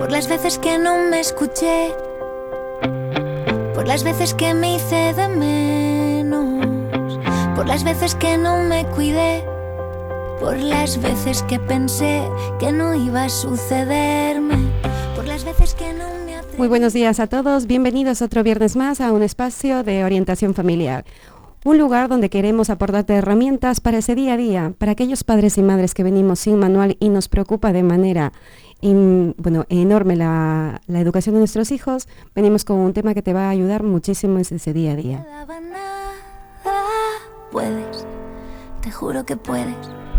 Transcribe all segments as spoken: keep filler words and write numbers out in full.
por las veces que no me escuché, por las veces que me hice de menos, por las veces que no me cuidé, por las veces que pensé que no iba a sucederme, por las veces que no me atreví. Muy buenos días a todos, bienvenidos otro viernes más a un espacio de orientación familiar. Un lugar donde queremos aportarte herramientas para ese día a día, para aquellos padres y madres que venimos sin manual y nos preocupa de manera in, bueno, enorme la, la educación de nuestros hijos. Venimos con un tema que te va a ayudar muchísimo en ese día a día. Puedes, te juro que puedes.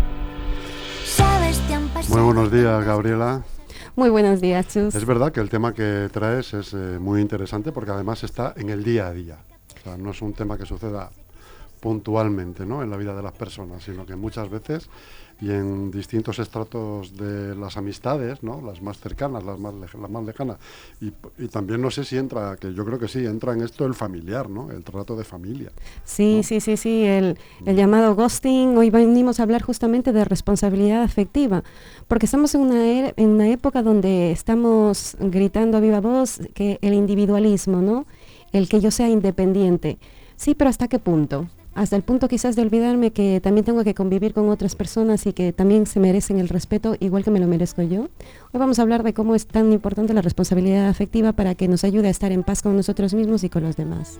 Sabes, te han pasado. Muy buenos días, Gabriela. Muy buenos días, Chus. Es verdad que el tema que traes es eh, muy interesante porque además está en el día a día. O sea, no es un tema que suceda puntualmente, ¿no?, en la vida de las personas, sino que muchas veces y en distintos estratos de las amistades, ¿no?, las más cercanas, las más, lej- las más lejanas, y, y también no sé si entra, que yo creo que sí, entra en esto el familiar, ¿no?, el trato de familia. Sí, ¿no? sí, sí, sí, el, el llamado ghosting. Hoy venimos a hablar justamente de responsabilidad afectiva, porque estamos en una, er- en una época donde estamos gritando a viva voz que el individualismo, ¿no?, el que yo sea independiente. Sí, pero ¿hasta qué punto? Hasta el punto quizás de olvidarme que también tengo que convivir con otras personas y que también se merecen el respeto igual que me lo merezco yo. Hoy vamos a hablar de cómo es tan importante la responsabilidad afectiva para que nos ayude a estar en paz con nosotros mismos y con los demás.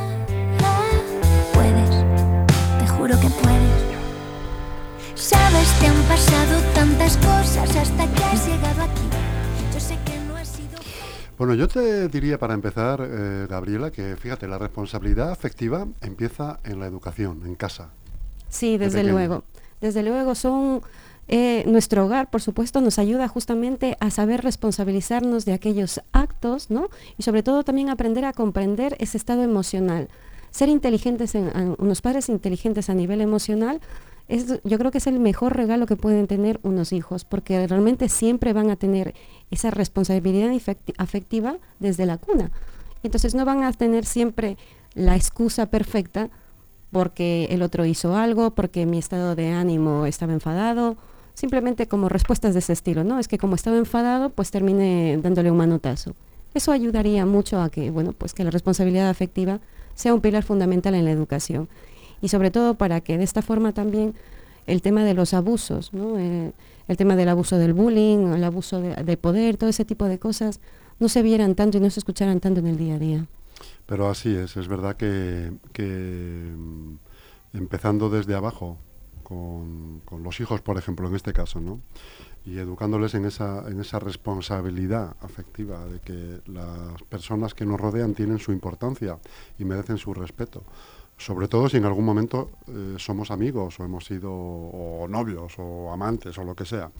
Puedes, te juro que puedes. Sabes, te han pasado tantas cosas hasta que has llegado aquí. Yo sé que no has sido... Bueno, yo te diría para empezar, eh, Gabriela, que fíjate, la responsabilidad afectiva empieza en la educación, en casa. Sí, desde pequeño. luego. Desde luego son... Eh, nuestro hogar, por supuesto, nos ayuda justamente a saber responsabilizarnos de aquellos actos, ¿no? Y sobre todo también aprender a comprender ese estado emocional. Ser inteligentes, en, en, unos padres inteligentes a nivel emocional, es, yo creo que es el mejor regalo que pueden tener unos hijos, porque realmente siempre van a tener esa responsabilidad efecti- afectiva desde la cuna. Entonces no van a tener siempre la excusa perfecta porque el otro hizo algo, porque mi estado de ánimo estaba enfadado, simplemente como respuestas de ese estilo, ¿no? Es que como estaba enfadado, pues terminé dándole un manotazo. Eso ayudaría mucho a que, bueno, pues que la responsabilidad afectiva sea un pilar fundamental en la educación. Y sobre todo para que de esta forma también el tema de los abusos, ¿no? Eh, el tema del abuso del bullying, el abuso de, de poder, todo ese tipo de cosas, no se vieran tanto y no se escucharan tanto en el día a día. Pero así es, es verdad que, que mm, empezando desde abajo, con, con los hijos, por ejemplo, en este caso, ¿no?, y educándoles en esa, en esa responsabilidad afectiva de que las personas que nos rodean tienen su importancia y merecen su respeto. Sobre todo si en algún momento eh, somos amigos o hemos sido o novios o amantes o lo que sea.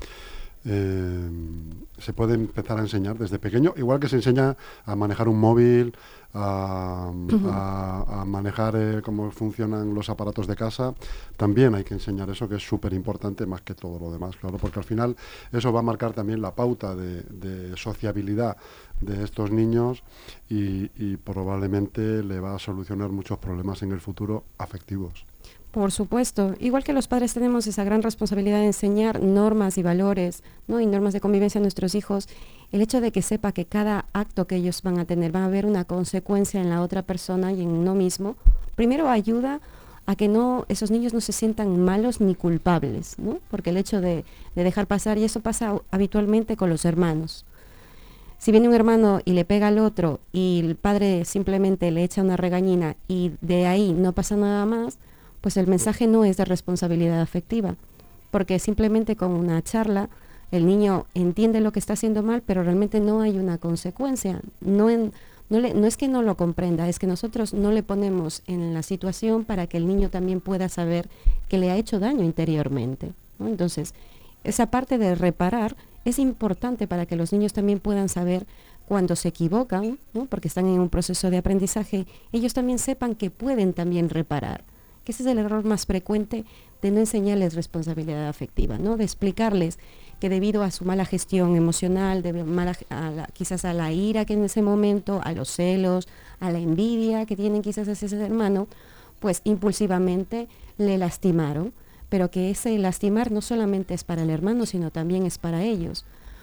Eh, se puede empezar a enseñar desde pequeño, igual que se enseña a manejar un móvil, a, a, a manejar eh, cómo funcionan los aparatos de casa. También hay que enseñar eso, que es súper importante más que todo lo demás, claro, porque al final eso va a marcar también la pauta de, de sociabilidad de estos niños y, y probablemente le va a solucionar muchos problemas en el futuro afectivos. Por supuesto, igual que los padres tenemos esa gran responsabilidad de enseñar normas y valores, ¿no?, y normas de convivencia a nuestros hijos, el hecho de que sepa que cada acto que ellos van a tener va a haber una consecuencia en la otra persona y en uno mismo, primero ayuda a que no esos niños no se sientan malos ni culpables, ¿no?, porque el hecho de, de dejar pasar, y eso pasa habitualmente con los hermanos. Si viene un hermano y le pega al otro y el padre simplemente le echa una regañina y de ahí no pasa nada más, pues el mensaje no es de responsabilidad afectiva, porque simplemente con una charla el niño entiende lo que está haciendo mal, pero realmente no hay una consecuencia. No, en, no, le, no es que no lo comprenda, es que nosotros no le ponemos en la situación para que el niño también pueda saber que le ha hecho daño interiormente, ¿no? Entonces, esa parte de reparar es importante para que los niños también puedan saber cuando se equivocan, ¿no?, porque están en un proceso de aprendizaje, ellos también sepan que pueden también reparar. Que ese es el error más frecuente de no enseñarles responsabilidad afectiva, ¿no?, de explicarles que debido a su mala gestión emocional, de mala, a la, quizás a la ira que en ese momento, a los celos, a la envidia que tienen quizás hacia ese hermano, pues impulsivamente le lastimaron, pero que ese lastimar no solamente es para el hermano, sino también es para ellos.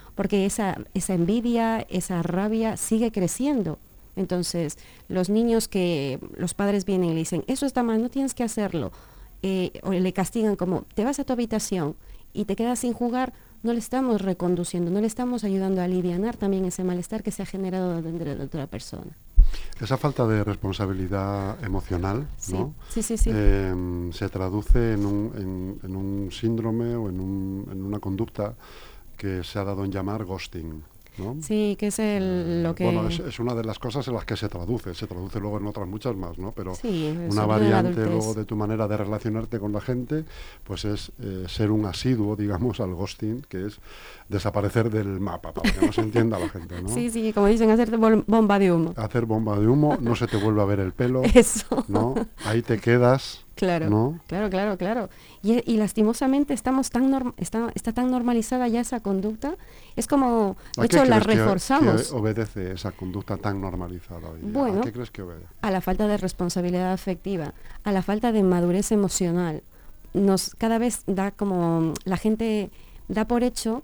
porque esa, esa envidia, esa rabia sigue creciendo. Entonces, los niños que los padres vienen y le dicen, eso está mal, no tienes que hacerlo, eh, o le castigan como, te vas a tu habitación y te quedas sin jugar, no le estamos reconduciendo, no le estamos ayudando a alivianar también ese malestar que se ha generado dentro de otra persona. Esa falta de responsabilidad emocional, Sí, ¿no? sí, sí, sí. Eh, se traduce en un, en, en un síndrome o en, un, en una conducta que se ha dado en llamar ghosting, ¿no? Sí, que es el, lo que... Bueno, es, es una de las cosas en las que se traduce, se traduce luego en otras muchas más, ¿no? Pero Sí, es una sobre la variante adultez. luego de tu manera de relacionarte con la gente, pues es eh, ser un asiduo, digamos, al ghosting, que es desaparecer del mapa, para que no se entienda la gente, ¿no? Sí, sí, como dicen, hacerte bol- bomba de humo. Hacer bomba de humo, no se te vuelve a ver el pelo, Eso. ¿no? Ahí te quedas, Claro, ¿no? claro, claro, claro. Y, y lastimosamente estamos tan norm- está, está tan normalizada ya esa conducta. Es como, ¿A de qué hecho, la crees que- reforzamos que obedece esa conducta tan normalizada hoy día? Bueno. ¿A qué crees que obedece? a la falta de responsabilidad afectiva, a la falta de madurez emocional. Nos cada vez da como la gente da por hecho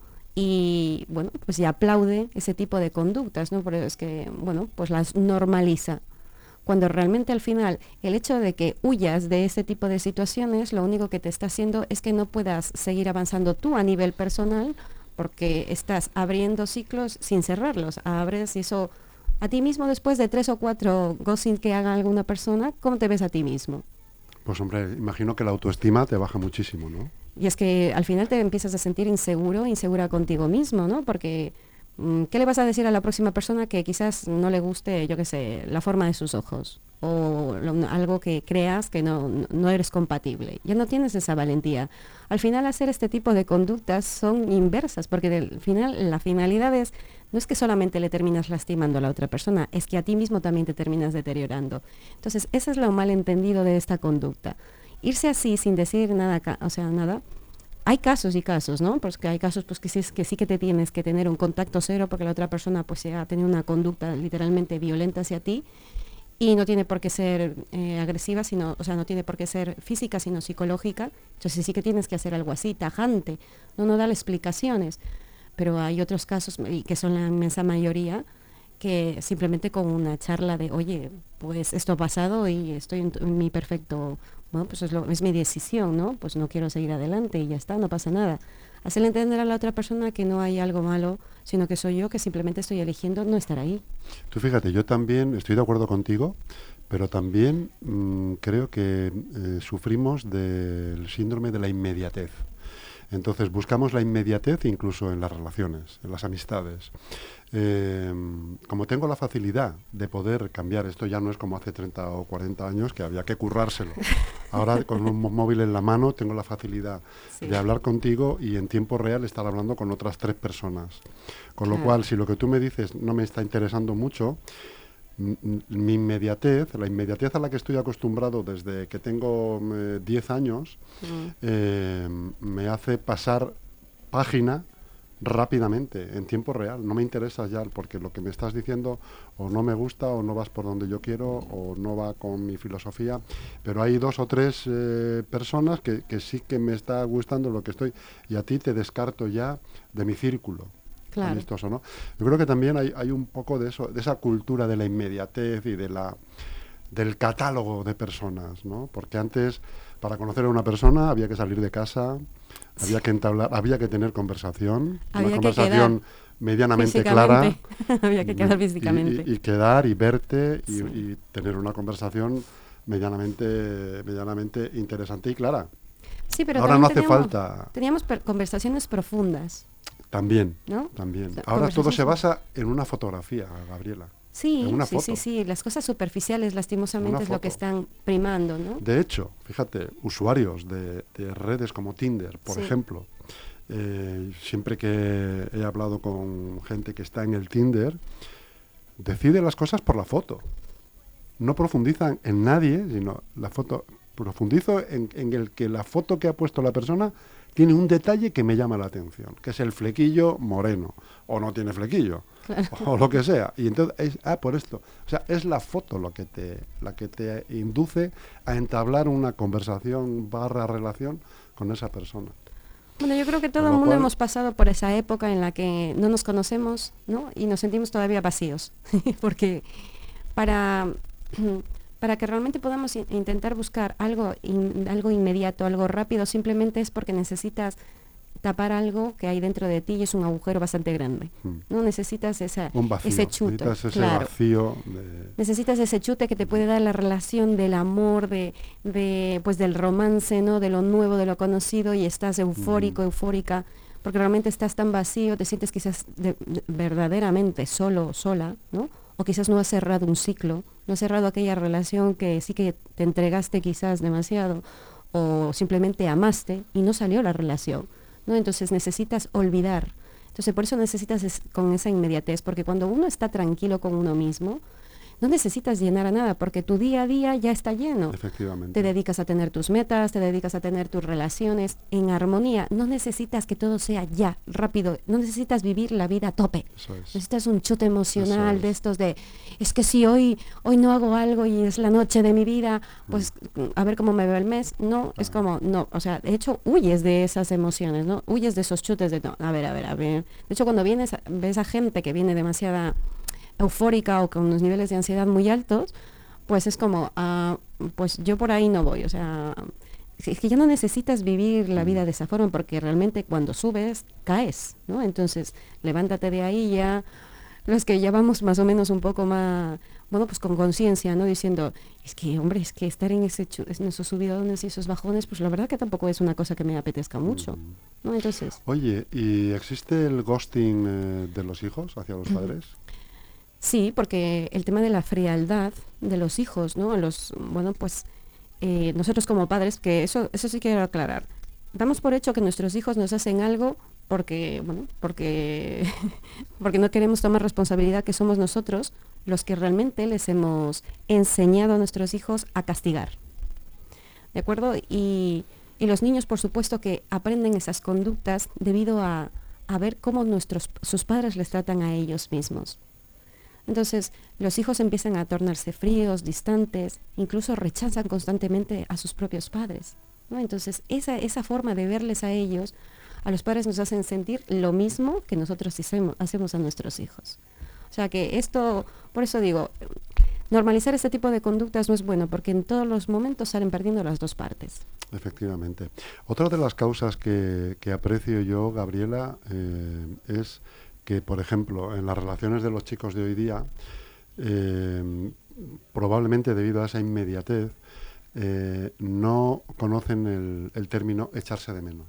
y bueno, pues ya aplaude ese tipo de conductas, ¿no? Pero es que bueno, pues las normaliza. Cuando realmente al final el hecho de que huyas de ese tipo de situaciones, lo único que te está haciendo es que no puedas seguir avanzando tú a nivel personal, porque estás abriendo ciclos sin cerrarlos. Abres y eso a ti mismo después de tres o cuatro ghosting que haga alguna persona, ¿cómo te ves a ti mismo? Pues hombre, imagino que la autoestima te baja muchísimo, ¿no? Y es que al final te empiezas a sentir inseguro, insegura contigo mismo, ¿no? Porque ¿qué le vas a decir a la próxima persona que quizás no le guste, yo qué sé, la forma de sus ojos? O lo, algo que creas que no, no eres compatible. Ya no tienes esa valentía. Al final hacer este tipo de conductas son inversas, porque al final la finalidad es, no es que solamente le terminas lastimando a la otra persona, es que a ti mismo también te terminas deteriorando. Entonces, ese es lo malentendido de esta conducta. Irse así sin decir nada, o sea, nada. Hay casos y casos, ¿no? Porque hay casos pues que sí, que sí que te tienes que tener un contacto cero porque la otra persona pues ha tenido una conducta literalmente violenta hacia ti y no tiene por qué ser eh, agresiva, sino, o sea, no tiene por qué ser física, sino psicológica. Entonces sí que tienes que hacer algo así, tajante, no, no darle explicaciones. Pero hay otros casos, y que son la inmensa mayoría, que simplemente con una charla de, oye, pues esto ha pasado y estoy en, en mi perfecto, bueno, pues es, lo, es mi decisión, ¿no? Pues no quiero seguir adelante y ya está, no pasa nada. Hacerle entender a la otra persona que no hay algo malo, sino que soy yo que simplemente estoy eligiendo no estar ahí. Tú fíjate, yo también estoy de acuerdo contigo, pero también mmm, creo que eh, sufrimos del síndrome de la inmediatez. Entonces buscamos la inmediatez incluso en las relaciones, en las amistades. Eh, como tengo la facilidad de poder cambiar, esto ya no es como hace treinta o cuarenta años que había que currárselo. Ahora con un móvil en la mano tengo la facilidad sí. de hablar contigo y en tiempo real estar hablando con otras tres personas. Con claro. lo cual, si lo que tú me dices no me está interesando mucho, mi inmediatez, la inmediatez a la que estoy acostumbrado desde que tengo eh, diez años, mm. eh, me hace pasar página rápidamente, en tiempo real. No me interesa ya, porque lo que me estás diciendo o no me gusta, o no vas por donde yo quiero, o no va con mi filosofía, pero hay dos o tres eh, personas que, que sí que me está gustando lo que estoy, y a ti te descarto ya de mi círculo. Claro. Amistoso, ¿no? Yo creo que también hay, hay un poco de eso, de esa cultura de la inmediatez y de la del catálogo de personas, ¿no? Porque antes, para conocer a una persona había que salir de casa, sí. había que entablar, había que tener conversación, había una que conversación medianamente clara. Había que quedar físicamente. Y, y, y quedar y verte y, sí. y tener una conversación medianamente, medianamente interesante y clara. Sí, pero ahora no hace teníamos, falta. Teníamos conversaciones profundas. También, ¿no? también. Ahora todo se basa en una fotografía, Gabriela. Sí, en una sí, foto. sí, sí. Las cosas superficiales, lastimosamente, es lo que están primando, ¿no? De hecho, fíjate, usuarios de, de redes como Tinder, por sí. ejemplo, eh, siempre que he hablado con gente que está en el Tinder, decide las cosas por la foto. No profundizan en nadie, sino la foto. Profundizo en, en el que la foto que ha puesto la persona tiene un detalle que me llama la atención, que es el flequillo moreno, o no tiene flequillo, claro. o lo que sea. Y entonces, es, ah, por esto. O sea, es la foto lo que te, la que te induce a entablar una conversación barra relación con esa persona. Bueno, yo creo que todo el mundo cual... hemos pasado por esa época en la que no nos conocemos, ¿no? Y nos sentimos todavía vacíos, porque para, para que realmente podamos in- intentar buscar algo, in- algo inmediato, algo rápido, simplemente es porque necesitas tapar algo que hay dentro de ti y es un agujero bastante grande. Hmm. No necesitas esa, un vacío, ese chute. Necesitas ese claro. vacío. De... Necesitas ese chute que te puede dar la relación del amor, de, de pues del romance, ¿no? De lo nuevo, de lo conocido, y estás eufórico, hmm. eufórica, porque realmente estás tan vacío, te sientes quizás de, de, verdaderamente solo, sola, ¿no? O quizás no has cerrado un ciclo, no has cerrado aquella relación que sí que te entregaste quizás demasiado, o simplemente amaste y no salió la relación, ¿no? Entonces necesitas olvidar. Entonces por eso necesitas es, con esa inmediatez, porque cuando uno está tranquilo con uno mismo, no necesitas llenar a nada, porque tu día a día ya está lleno. Efectivamente. Te dedicas a tener tus metas, te dedicas a tener tus relaciones en armonía. No necesitas que todo sea ya, rápido. No necesitas vivir la vida a tope. Eso es. Necesitas un chute emocional es. de estos de, es que si hoy, hoy no hago algo y es la noche de mi vida, pues mm. a ver cómo me veo el mes. No, ah. es como, no, o sea, de hecho huyes de esas emociones, ¿no? Huyes de esos chutes de, no, a ver, a ver, a ver. De hecho, cuando vienes, ves a gente que viene demasiada eufórica o con unos niveles de ansiedad muy altos, pues es como, uh, pues yo por ahí no voy, o sea, es que ya no necesitas vivir la vida de esa forma, porque realmente cuando subes, caes, ¿no? Entonces, levántate de ahí ya, los que ya vamos más o menos un poco más, bueno, pues con conciencia, ¿no? Diciendo, es que, hombre, es que estar en, ese chu- en esos subidones y esos bajones, pues la verdad que tampoco es una cosa que me apetezca mucho, ¿no? Entonces... Oye, ¿y existe el ghosting eh, de los hijos hacia los padres? Sí, porque el tema de la frialdad de los hijos, ¿no? Los, bueno, pues eh, nosotros como padres, que eso, eso sí quiero aclarar, damos por hecho que nuestros hijos nos hacen algo porque, bueno, porque, porque no queremos tomar responsabilidad, que somos nosotros los que realmente les hemos enseñado a nuestros hijos a castigar, ¿de acuerdo? Y, y los niños, por supuesto, que aprenden esas conductas debido a, a ver cómo nuestros, sus padres les tratan a ellos mismos. Entonces, los hijos empiezan a tornarse fríos, distantes, incluso rechazan constantemente a sus propios padres, ¿no? Entonces, esa, esa forma de verles a ellos, a los padres nos hacen sentir lo mismo que nosotros hacemos, hacemos a nuestros hijos. O sea que esto, por eso digo, normalizar este tipo de conductas no es bueno, porque en todos los momentos salen perdiendo las dos partes. Efectivamente. Otra de las causas que, que aprecio yo, Gabriela, eh, es... que, por ejemplo, en las relaciones de los chicos de hoy día, eh, probablemente debido a esa inmediatez, eh, no conocen el, el término echarse de menos.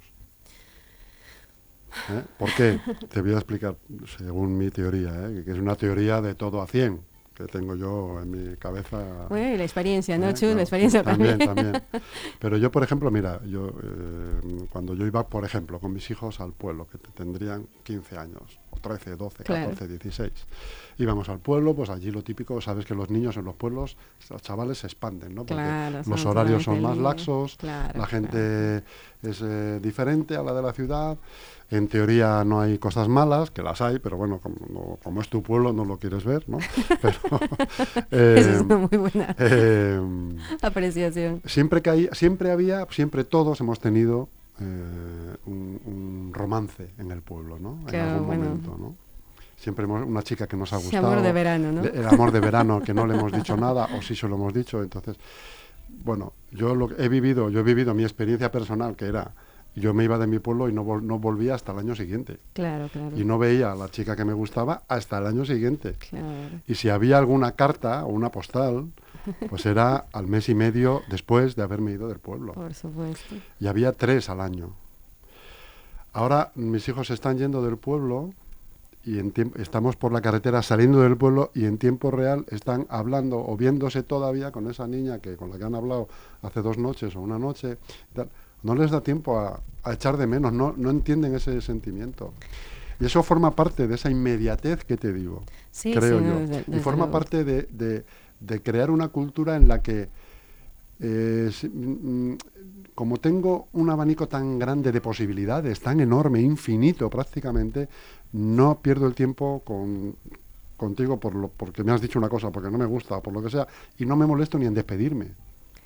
¿Eh? ¿Por qué? Te voy a explicar, según mi teoría, ¿eh? que es una teoría de todo a cien, que tengo yo en mi cabeza. Bueno, y la experiencia, ¿no, ¿eh? Chus? No, la experiencia también. también. También. Pero yo, por ejemplo, mira, yo eh, cuando yo iba, por ejemplo, con mis hijos al pueblo, que tendrían quince años, o trece, doce, Claro. catorce, dieciséis, íbamos al pueblo, pues allí lo típico, sabes que los niños en los pueblos, los chavales se expanden, ¿no? Porque Claro, los son horarios son totalmente más libres. laxos, Claro, la gente claro. es eh, diferente a la de la ciudad. En teoría no hay cosas malas, que las hay, pero bueno, como, no, como es tu pueblo no lo quieres ver, ¿no? Pero, eh, Esa es eh, una muy buena eh, apreciación. siempre que hay, siempre había, siempre todos hemos tenido eh, un, un romance en el pueblo, ¿no? Qué en algún bueno. momento, ¿no? Siempre hemos, una chica que nos ha Ese gustado. amor de verano, ¿no? El amor de verano que no le hemos dicho nada, o sí se lo hemos dicho. Entonces, bueno, yo lo he vivido, yo he vivido mi experiencia personal, que era, yo me iba de mi pueblo y no, vol- no volvía hasta el año siguiente. Claro, claro. Y no veía a la chica que me gustaba hasta el año siguiente. Claro. Y si había alguna carta o una postal, pues era al mes y medio después de haberme ido del pueblo. Por supuesto. Y había tres al año. Ahora mis hijos se están yendo del pueblo y en tiemp- estamos por la carretera saliendo del pueblo y en tiempo real están hablando o viéndose todavía con esa niña que con la que han hablado hace dos noches o una noche. Y tal. No les da tiempo a, a echar de menos, no, no entienden ese sentimiento. Y eso forma parte de esa inmediatez que te digo, Sí, creo sí, yo. no, desde- y desde forma luego. parte de, de- de crear una cultura en la que, eh, si- mm, como tengo un abanico tan grande de posibilidades, tan enorme, infinito prácticamente, no pierdo el tiempo con, contigo por lo, porque me has dicho una cosa, porque no me gusta, o por lo que sea, y no me molesto ni en despedirme.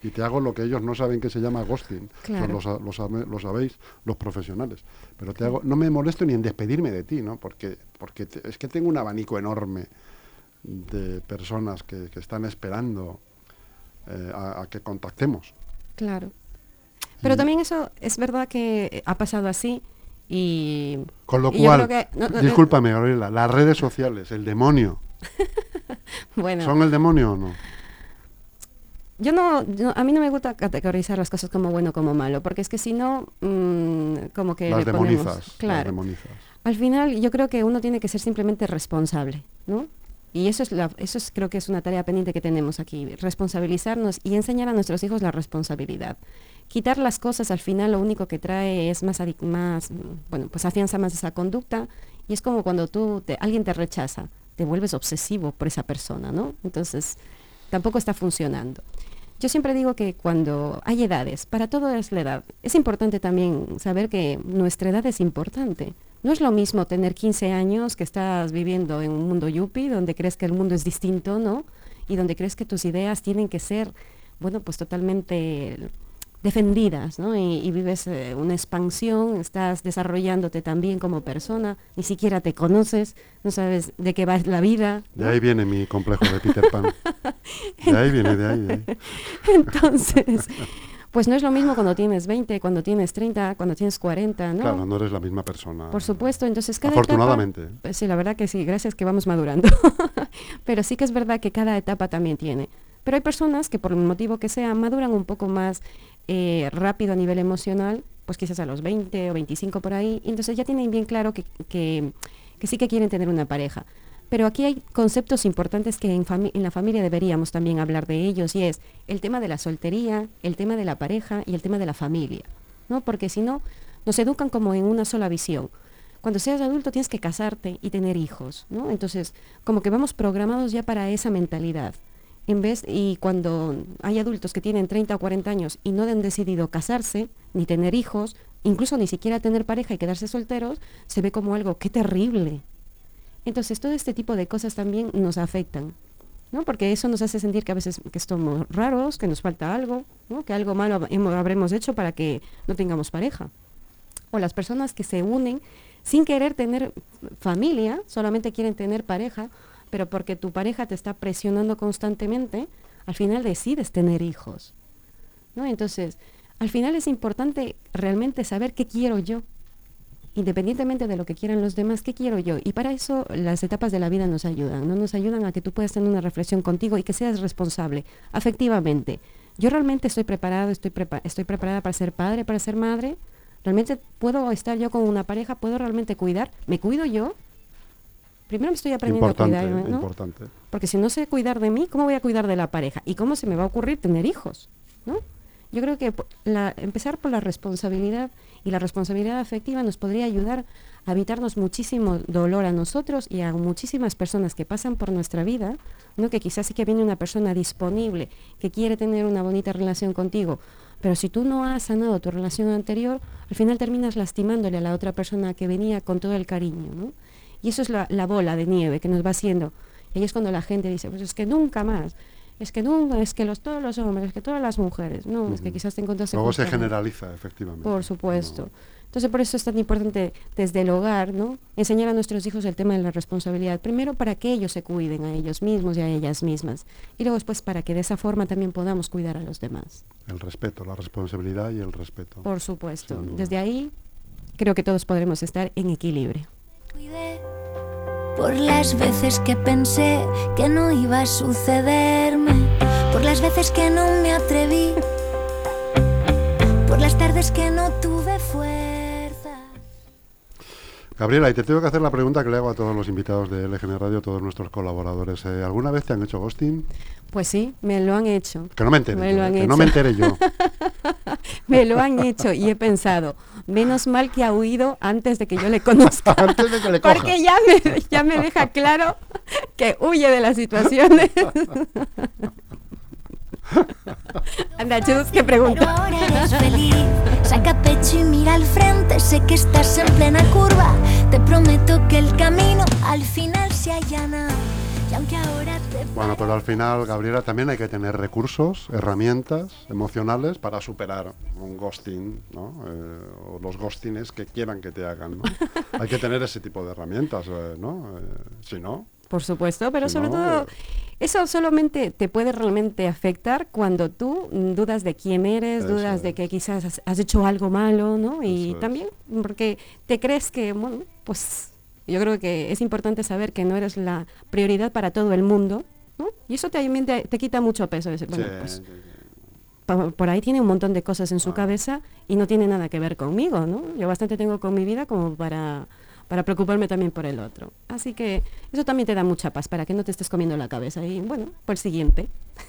y te hago lo que ellos no saben que se llama ghosting. Claro. Lo, lo, lo, lo sabéis los profesionales. Pero te hago, no me molesto ni en despedirme de ti, ¿no? Porque, porque te, es que tengo un abanico enorme de personas que, que están esperando eh, a, a que contactemos. Claro. Pero y, también eso es verdad que ha pasado así y... Con lo y cual, que, no, no, discúlpame, Gabriela, las redes sociales, el demonio. Bueno. ¿Son el demonio o no? Yo no, yo, a mí no me gusta categorizar las cosas como bueno o como malo, porque es que si no, mmm, como que las le demonizas, ponemos... Claro. Las demonizas. Al final yo creo que uno tiene que ser simplemente responsable, ¿no? Y eso es, la, eso es creo que es una tarea pendiente que tenemos aquí, responsabilizarnos y enseñar a nuestros hijos la responsabilidad. Quitar las cosas al final lo único que trae es más, más bueno, pues afianza más esa conducta, y es como cuando tú te, alguien te rechaza, te vuelves obsesivo por esa persona, ¿no? Entonces tampoco está funcionando. Yo siempre digo que cuando hay edades, para todo es la edad, es importante también saber que nuestra edad es importante. No es lo mismo tener quince años que estás viviendo en un mundo yuppie, donde crees que el mundo es distinto, ¿no? Y donde crees que tus ideas tienen que ser, bueno, pues totalmente defendidas, ¿no? Y, y vives eh, una expansión, estás desarrollándote también como persona, ni siquiera te conoces, no sabes de qué va la vida, ¿no? De ahí viene mi complejo de Peter Pan. De ahí viene, de ahí, de ahí. Entonces, pues no es lo mismo cuando tienes veinte, cuando tienes treinta, cuando tienes cuarenta, ¿no? Claro, no eres la misma persona. Por supuesto, entonces cada Afortunadamente. etapa... Pues sí, la verdad que sí, gracias que vamos madurando. Pero sí que es verdad que cada etapa también tiene. Pero hay personas que por el motivo que sea maduran un poco más eh, rápido a nivel emocional, pues quizás a los veinte o veinticinco por ahí, y entonces ya tienen bien claro que, que, que sí que quieren tener una pareja. Pero aquí hay conceptos importantes que en, fami- en la familia deberíamos también hablar de ellos, y es el tema de la soltería, el tema de la pareja y el tema de la familia, ¿no? Porque si no, nos educan como en una sola visión. Cuando seas adulto tienes que casarte y tener hijos, ¿no? Entonces, como que vamos programados ya para esa mentalidad. En vez, y cuando hay adultos que tienen treinta o cuarenta años y no han decidido casarse, ni tener hijos, incluso ni siquiera tener pareja y quedarse solteros, se ve como algo, ¡qué terrible! Entonces, todo este tipo de cosas también nos afectan, ¿no? Porque eso nos hace sentir que a veces que estamos raros, que nos falta algo, ¿no? Que algo malo hemos, habremos hecho para que no tengamos pareja. O las personas que se unen sin querer tener familia, solamente quieren tener pareja, pero porque tu pareja te está presionando constantemente, al final decides tener hijos, ¿no? Entonces, al final es importante realmente saber qué quiero yo, independientemente de lo que quieran los demás, qué quiero yo. Y para eso las etapas de la vida nos ayudan, ¿no? Nos ayudan a que tú puedas tener una reflexión contigo y que seas responsable, afectivamente. Yo realmente estoy preparado, estoy, prepa- estoy preparada para ser padre, para ser madre. ¿Realmente puedo estar yo con una pareja? ¿Puedo realmente cuidar? ¿Me cuido yo? Primero me estoy aprendiendo importante, a cuidar, ¿no? Importante. Porque si no sé cuidar de mí, ¿cómo voy a cuidar de la pareja? ¿Y cómo se me va a ocurrir tener hijos? ¿No? Yo creo que la, empezar por la responsabilidad, y la responsabilidad afectiva nos podría ayudar a evitarnos muchísimo dolor a nosotros y a muchísimas personas que pasan por nuestra vida, ¿no? Que quizás sí que viene una persona disponible, que quiere tener una bonita relación contigo, pero si tú no has sanado tu relación anterior, al final terminas lastimándole a la otra persona que venía con todo el cariño, ¿no? Y eso es la, la bola de nieve que nos va haciendo. Y ahí es cuando la gente dice, pues es que nunca más, es que nunca, es que los, todos los hombres, es que todas las mujeres. No, uh-huh. Es que quizás te encontraste... Luego se generaliza, efectivamente. Por supuesto. No. Entonces, por eso es tan importante desde el hogar, ¿no? Enseñar a nuestros hijos el tema de la responsabilidad. Primero, para que ellos se cuiden a ellos mismos y a ellas mismas. Y luego, después, para que de esa forma también podamos cuidar a los demás. El respeto, la responsabilidad y el respeto. Por supuesto. Desde ahí, creo que todos podremos estar en equilibrio. Por las veces que pensé que no iba a sucederme, por las veces que no me atreví, por las tardes que no tuve fuerza. Gabriela, y te tengo que hacer la pregunta que le hago a todos los invitados de L G N Radio, a todos nuestros colaboradores. Eh, ¿Alguna vez te han hecho ghosting? Pues sí, me lo han hecho. Que no me entere, me yo, lo han que hecho. no me entere yo. Me lo han hecho y he pensado, menos mal que ha huido antes de que yo le conozca. Antes de que le cojas. Porque ya me, ya me deja claro que huye de las situaciones. Anda, chus, ¿qué pregunta? Pero ahora eres feliz, saca pecho y mira al frente, sé que estás en plena curva, te prometo que el camino al final se allana Y aunque ahora te Bueno, pero al final, Gabriela, también hay que tener recursos, herramientas emocionales para superar un ghosting, ¿no? Eh, o los ghostings que quieran que te hagan, ¿no? Hay que tener ese tipo de herramientas, eh, ¿no? Eh, si no... Por supuesto, pero Si sobre no, todo, eh. eso solamente te puede realmente afectar cuando tú mm, dudas de quién eres, Eso dudas es. de que quizás has, has hecho algo malo, ¿no? Y Eso es. también porque te crees que, bueno, pues yo creo que es importante saber que no eres la prioridad para todo el mundo, ¿no? Y eso también te, te quita mucho peso, decir, bueno, Sí, pues sí, sí. pa- por ahí tiene un montón de cosas en su Ah. cabeza y no tiene nada que ver conmigo, ¿no? Yo bastante tengo con mi vida como para, para preocuparme también por el otro. Así que eso también te da mucha paz para que no te estés comiendo la cabeza. Y bueno, por el siguiente.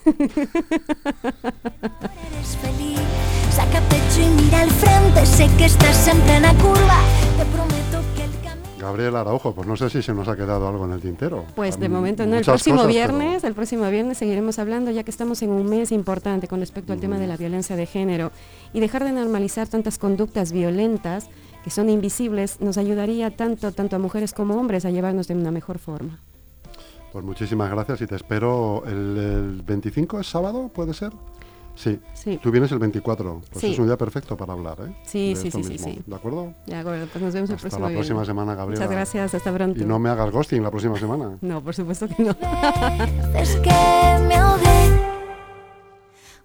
eres feliz, saca pecho y mira al frente, sé que estás en plena curva, te prometo que el camino... Gabriela Araujo, pues no sé si se nos ha quedado algo en el tintero. Pues de Hay momento no, el muchas próximo cosas, viernes, pero- el próximo viernes seguiremos hablando ya que estamos en un mes importante con respecto al tema de la violencia de género y dejar de normalizar tantas conductas violentas que son invisibles nos ayudaría tanto, tanto a mujeres como hombres a llevarnos de una mejor forma. Pues muchísimas gracias y te espero el, el veinticinco, ¿es sábado? ¿Puede ser? Sí. Sí. Tú vienes el veinticuatro, pues Sí. es un día perfecto para hablar, ¿eh? Sí, De sí, esto sí, sí, mismo, sí. ¿De acuerdo? De acuerdo, pues nos vemos el Hasta próximo la próxima viernes. semana, Gabriela. Muchas gracias, hasta pronto. Y no me hagas ghosting la próxima semana. No, por supuesto que no. Veces que me ahogué